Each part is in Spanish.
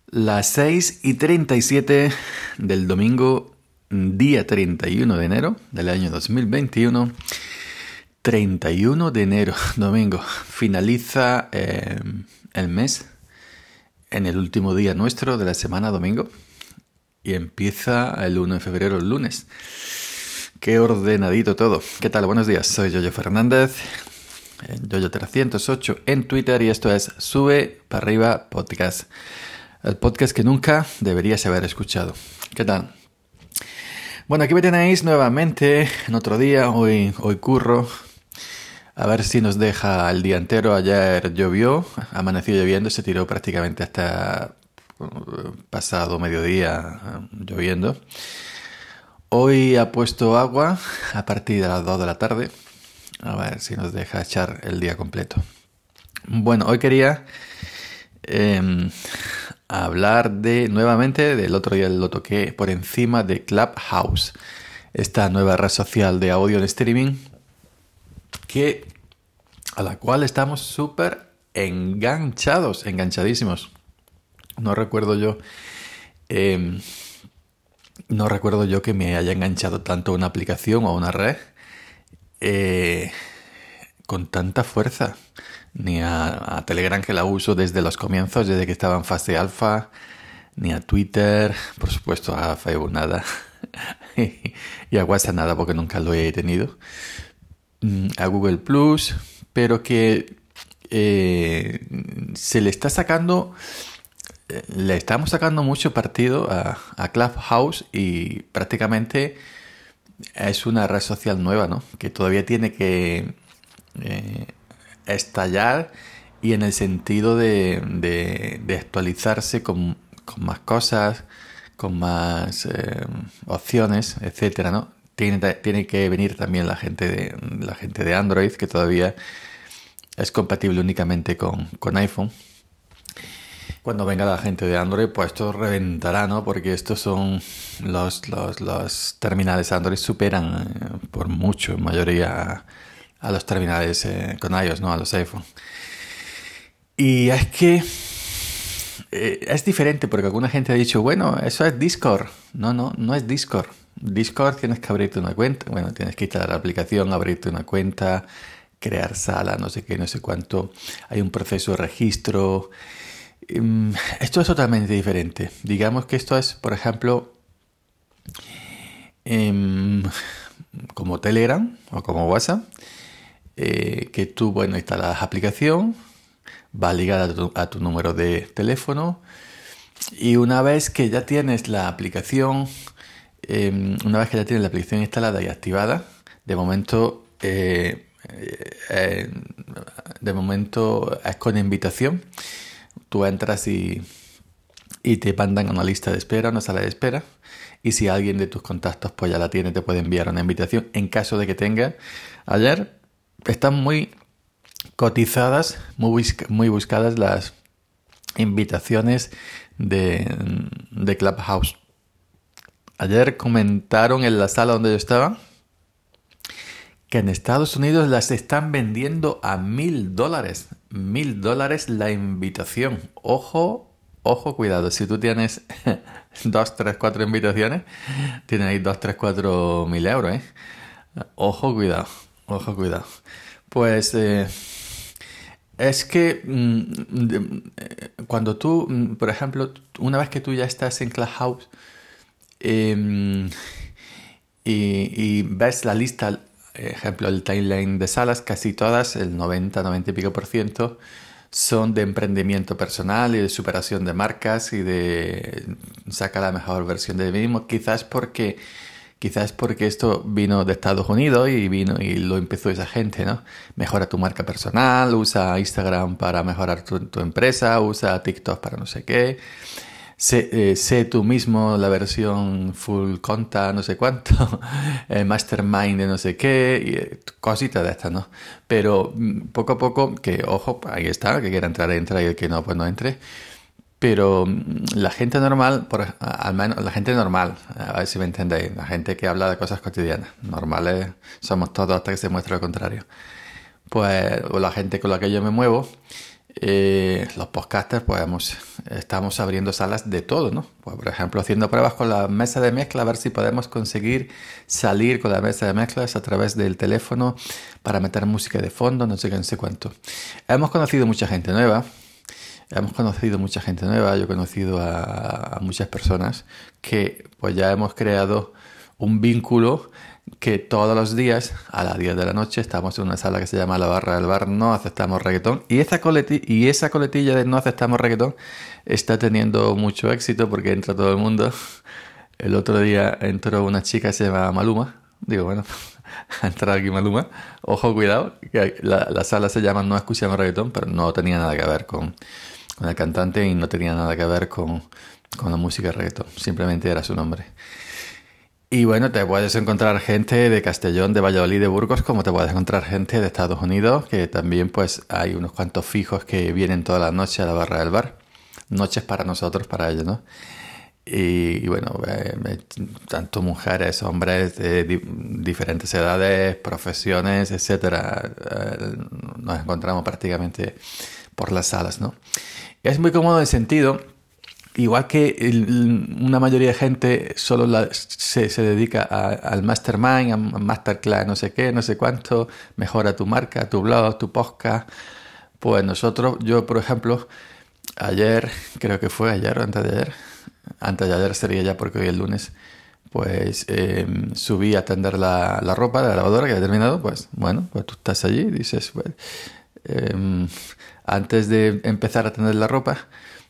Las 6:37 del domingo, día 31 de enero del año 2021. 31 de enero, domingo. Finaliza el mes en el último día nuestro de la semana, domingo. Y empieza el 1 de febrero, el lunes. Qué ordenadito todo. ¿Qué tal? Buenos días. Soy Yoyo Fernández, Yoyo308 en Twitter, y esto es Sube para Arriba Podcast. El podcast que nunca deberías haber escuchado. ¿Qué tal? Bueno, aquí me tenéis nuevamente en otro día. Hoy curro. A ver si nos deja el día entero. Ayer llovió, amaneció lloviendo, se tiró prácticamente hasta pasado mediodía lloviendo. Hoy ha puesto agua a partir de las 2 de la tarde. A ver si nos deja echar el día completo. Bueno, hoy quería hablar nuevamente del otro día, lo toqué por encima, de Clubhouse, esta nueva red social de audio en streaming a la cual estamos súper enganchadísimos. No recuerdo yo que me haya enganchado tanto a una aplicación o a una red con tanta fuerza, ni a Telegram, que la uso desde los comienzos, desde que estaba en fase alfa, ni a Twitter, por supuesto a Facebook nada, y a WhatsApp nada porque nunca lo he tenido, a Google Plus, pero que le estamos sacando mucho partido a Clubhouse, y prácticamente es una red social nueva, ¿no? Que todavía tiene que estallar, y en el sentido de actualizarse con más cosas, con más opciones, etcétera, ¿no? Tiene que venir también la gente de Android, que todavía es compatible únicamente con iPhone. Cuando venga la gente de Android, pues esto reventará, ¿no? Porque estos son los terminales Android superan por mucho, en mayoría, a los terminales con iOS, ¿no? A los iPhone. Y es que es diferente, porque alguna gente ha dicho, bueno, eso es Discord. No es Discord. Discord tienes que abrirte una cuenta. Bueno, tienes que instalar la aplicación, abrirte una cuenta, crear sala, no sé qué, no sé cuánto. Hay un proceso de registro. Esto es totalmente diferente. Digamos que esto es, por ejemplo, como Telegram o como WhatsApp, que tú, bueno, instalas la aplicación, va ligada a tu número de teléfono, y una vez que ya tienes la aplicación, instalada y activada, de momento es con invitación. Tú entras y te mandan a una lista de espera, una sala de espera, y si alguien de tus contactos pues ya la tiene, te puede enviar una invitación en caso de que tenga. Ayer están muy cotizadas, muy buscadas las invitaciones de Clubhouse. Ayer comentaron en la sala donde yo estaba que en Estados Unidos las están vendiendo a $1,000. $1,000 la invitación. Ojo, cuidado. Si tú tienes 2, 3, 4 invitaciones, tienes ahí 2, 3, 4 mil euros, ¿eh? Ojo, cuidado. Pues es que cuando tú, por ejemplo, una vez que tú ya estás en Clubhouse y ves la lista, ejemplo, el timeline de salas, casi todas, el 90 y pico %, son de emprendimiento personal y de superación de marcas y de sacar la mejor versión de mí mismo. Quizás porque esto vino de Estados Unidos y lo empezó esa gente, ¿no? Mejora tu marca personal, usa Instagram para mejorar tu empresa, usa TikTok para no sé qué. Sé tú mismo, la versión full conta, no sé cuánto, mastermind de no sé qué, y cositas de estas, ¿no? Pero poco a poco, que ojo, ahí está, que quiera entrar, entra, y el que no, pues no entre. Pero la gente normal, al menos la gente normal, a ver si me entendéis, la gente que habla de cosas cotidianas, normales somos todos hasta que se muestre lo contrario. Pues, o la gente con la que yo me muevo, los podcasters pues estamos abriendo salas de todo, ¿no? Pues, por ejemplo, haciendo pruebas con la mesa de mezcla, a ver si podemos conseguir salir con la mesa de mezclas a través del teléfono para meter música de fondo, no sé qué, no sé cuánto. Hemos conocido mucha gente nueva. Yo he conocido a muchas personas que pues ya hemos creado un vínculo que todos los días a las 10 de la noche estamos en una sala que se llama La Barra del Bar No Aceptamos Reggaetón, y esa coletilla de No Aceptamos Reggaetón está teniendo mucho éxito porque entra todo el mundo. El otro día entró una chica que se llama Maluma. Digo, bueno, ha entrado aquí Maluma. Ojo, cuidado, que la sala se llama No Escuchamos Reggaetón, pero no tenía nada que ver con el cantante y no tenía nada que ver con la música de reggaetón. Simplemente era su nombre. Y bueno, te puedes encontrar gente de Castellón, de Valladolid, de Burgos, como te puedes encontrar gente de Estados Unidos, que también pues hay unos cuantos fijos que vienen todas las noches a la barra del bar. Noches para nosotros, para ellos, ¿no? Y bueno, tanto mujeres, hombres de diferentes edades, profesiones, etcétera, nos encontramos prácticamente por las salas, ¿no? Es muy cómodo en el sentido, igual que una mayoría de gente solo se dedica al mastermind, a masterclass, no sé qué, no sé cuánto, mejora tu marca, tu blog, tu podcast. Pues nosotros, yo por ejemplo, ayer, creo que fue ayer o antes de ayer sería ya porque hoy es lunes, pues subí a tender la ropa de la lavadora que había terminado. Pues bueno, pues tú estás allí y dices, pues, antes de empezar a tender la ropa,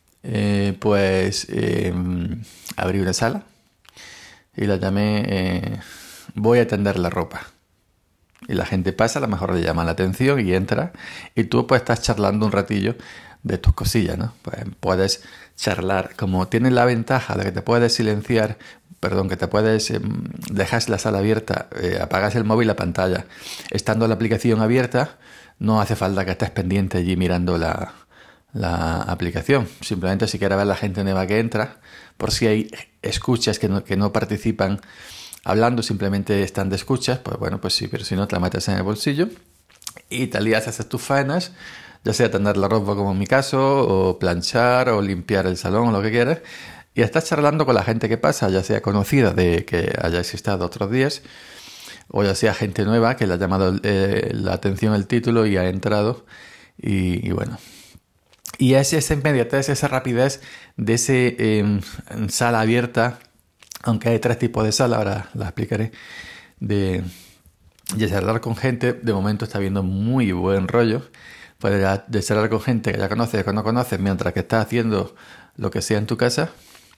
abrí una sala y la llamé voy a tender la ropa. Y la gente pasa, a lo mejor le llama la atención y entra, y tú pues estás charlando un ratillo de tus cosillas, ¿no? Pues puedes charlar, como tienes la ventaja de que te puedes silenciar, que te puedes dejas la sala abierta, apagas el móvil, la pantalla, estando la aplicación abierta, no hace falta que estés pendiente allí mirando la aplicación. Simplemente si quieres ver la gente nueva que entra, por si hay escuchas que no participan hablando, simplemente están de escuchas, pues bueno, pues sí, pero si no te la metes en el bolsillo y te lías a hacer tus faenas, ya sea tender la ropa como en mi caso, o planchar, o limpiar el salón, o lo que quieras, y estás charlando con la gente que pasa, ya sea conocida de que hayáis estado otros días, o ya sea gente nueva que le ha llamado la atención el título y ha entrado, y bueno. Y es esa inmediatez, esa rapidez de ese sala abierta, aunque hay 3 tipos de sala, ahora la explicaré, de charlar con gente. De momento está habiendo muy buen rollo. Puedes de charlar con gente que ya conoces, que no conoces, mientras que estás haciendo lo que sea en tu casa.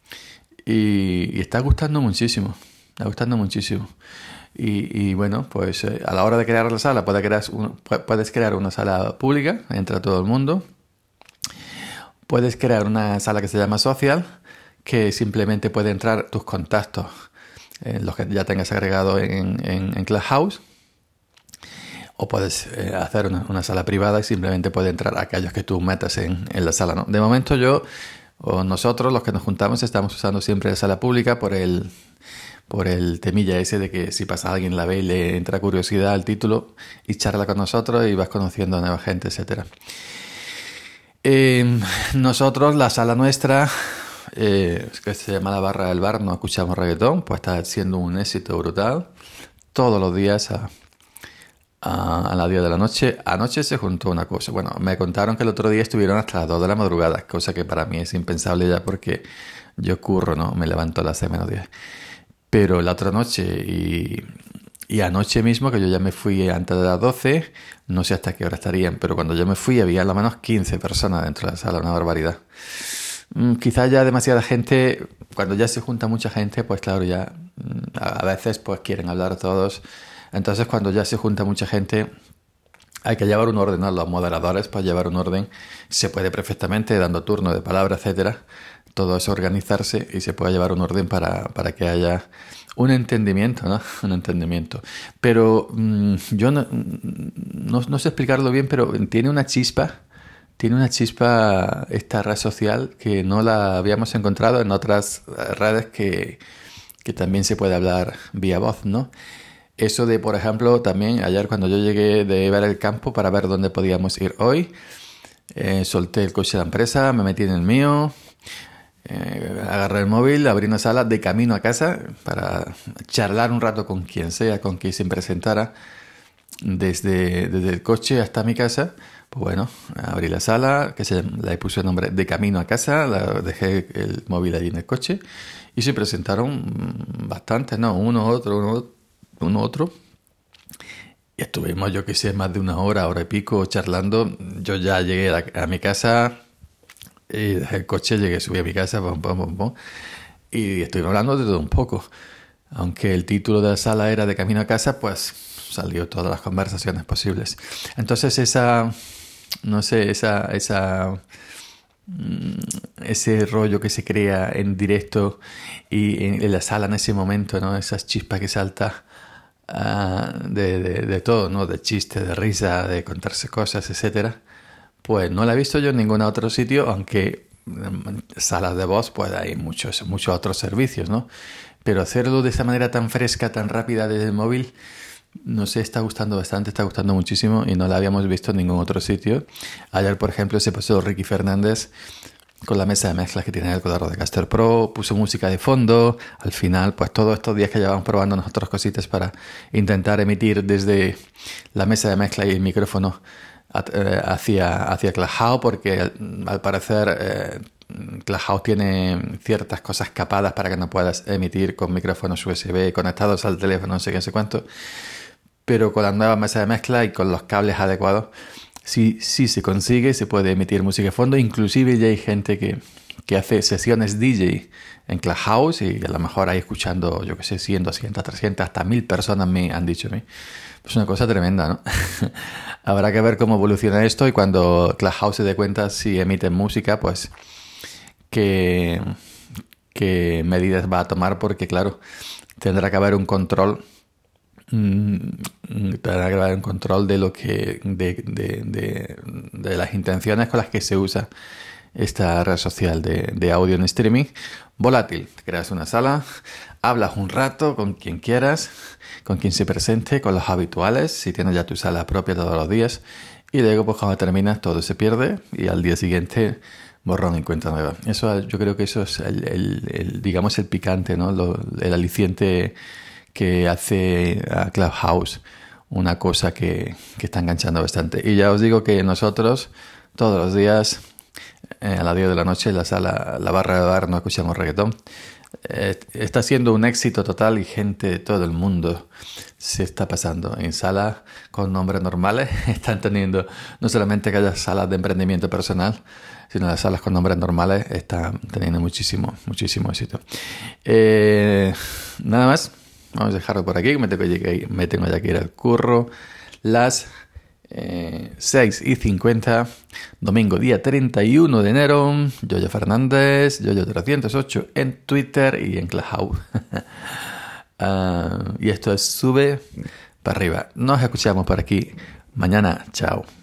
Y está gustando muchísimo. Está gustando muchísimo. Y bueno, pues a la hora de crear la sala, puedes crear una sala pública, entra todo el mundo. Puedes crear una sala que se llama social, que simplemente puede entrar tus contactos, los que ya tengas agregado en Clubhouse. O puedes hacer una sala privada y simplemente puede entrar aquellos que tú metas en la sala, ¿no? De momento nosotros, los que nos juntamos, estamos usando siempre la sala pública por el temilla ese de que si pasa alguien la ve y le entra curiosidad al título y charla con nosotros y vas conociendo a nueva gente, etcétera. Nosotros, la sala nuestra, que se llama La Barra del Bar No Escuchamos Reggaetón, pues está siendo un éxito brutal. Todos los días a las 10 de la noche. Anoche se juntó una cosa. Bueno, me contaron que el otro día estuvieron hasta las 2 de la madrugada, cosa que para mí es impensable ya porque yo curro, ¿no? Me levanto a las 6 menos 10. Pero la otra noche y anoche mismo, que yo ya me fui antes de las 12, no sé hasta qué hora estarían, pero cuando yo me fui había al menos 15 personas dentro de la sala, una barbaridad. Quizás ya demasiada gente, cuando ya se junta mucha gente, pues claro, ya a veces pues quieren hablar todos. Entonces cuando ya se junta mucha gente hay que llevar un orden, ¿no? Los moderadores, pues llevar un orden se puede perfectamente, dando turno de palabra, etcétera. Todo eso organizarse y se puede llevar un orden para que haya un entendimiento, ¿no? Un entendimiento. Pero yo no sé explicarlo bien, pero tiene una chispa esta red social que no la habíamos encontrado en otras redes que también se puede hablar vía voz, ¿no? Eso de, por ejemplo, también ayer cuando yo llegué de ver el campo para ver dónde podíamos ir hoy, Solté el coche de la empresa, me metí en el mío, agarré el móvil, abrí una sala de camino a casa para charlar un rato con quien sea, con quien se presentara desde el coche hasta mi casa. Pues bueno, abrí la sala, le puse el nombre de camino a casa, dejé el móvil allí en el coche y se presentaron bastantes, ¿no? Uno, otro. Y estuvimos, yo qué sé, más de una hora y pico charlando. Yo ya llegué a mi casa y dejé el coche, subí a mi casa, pum, pum, pum, pum, y estuvimos hablando de todo un poco. Aunque el título de la sala era de camino a casa, pues salió todas las conversaciones posibles. Entonces no sé, ese rollo que se crea en directo y en la sala en ese momento, ¿no? Esas chispas que salta de todo, ¿no? De chiste, de risa, de contarse cosas, etcétera. Pues no la he visto yo en ningún otro sitio, aunque salas de voz, pues hay muchos otros servicios, ¿no? Pero hacerlo de esa manera tan fresca, tan rápida desde el móvil, no sé, está gustando bastante, está gustando muchísimo y no la habíamos visto en ningún otro sitio. Ayer, por ejemplo, se pasó Ricky Fernández con la mesa de mezclas que tiene el Rodecaster Pro, puso música de fondo. Al final, pues todos estos días que llevamos probando nosotros cositas para intentar emitir desde la mesa de mezcla y el micrófono hacia Clubhouse, porque al parecer Clubhouse tiene ciertas cosas capadas para que no puedas emitir con micrófonos USB conectados al teléfono, no sé qué, no sé cuánto. Pero con la nueva mesa de mezcla y con los cables adecuados, sí se consigue, se puede emitir música de fondo. Inclusive ya hay gente que hace sesiones DJ en Clubhouse y a lo mejor ahí escuchando, yo qué sé, 100, 200, 300, hasta 1000 personas me han dicho a mí. Es una cosa tremenda, ¿no? Habrá que ver cómo evoluciona esto y cuando Clubhouse se dé cuenta si emiten música, pues qué medidas va a tomar, porque claro, tendrá que haber un control. Tendrá que haber un control de lo que de las intenciones con las que se usa esta red social de audio en streaming. Volátil, te creas una sala, hablas un rato con quien quieras, con quien se presente, con los habituales, si tienes ya tu sala propia todos los días, y luego pues cuando terminas todo se pierde y al día siguiente borrón y cuenta nueva. Eso, yo creo que eso es digamos el picante, ¿no? El aliciente que hace a Clubhouse una cosa que está enganchando bastante. Y ya os digo que nosotros todos los días a las 10 de la noche en la sala, la barra de bar, no escuchamos reggaetón. Está siendo un éxito total y gente de todo el mundo se está pasando en salas con nombres normales. Están teniendo no solamente que haya salas de emprendimiento personal, sino las salas con nombres normales están teniendo muchísimo éxito. Nada más. Vamos a dejarlo por aquí, me tengo ya que ir al curro. Las 6:50, domingo día 31 de enero. Yoyo Fernández, Yoyo308 en Twitter y en Clubhouse. Y esto es Sube para arriba. Nos escuchamos por aquí mañana. Chao.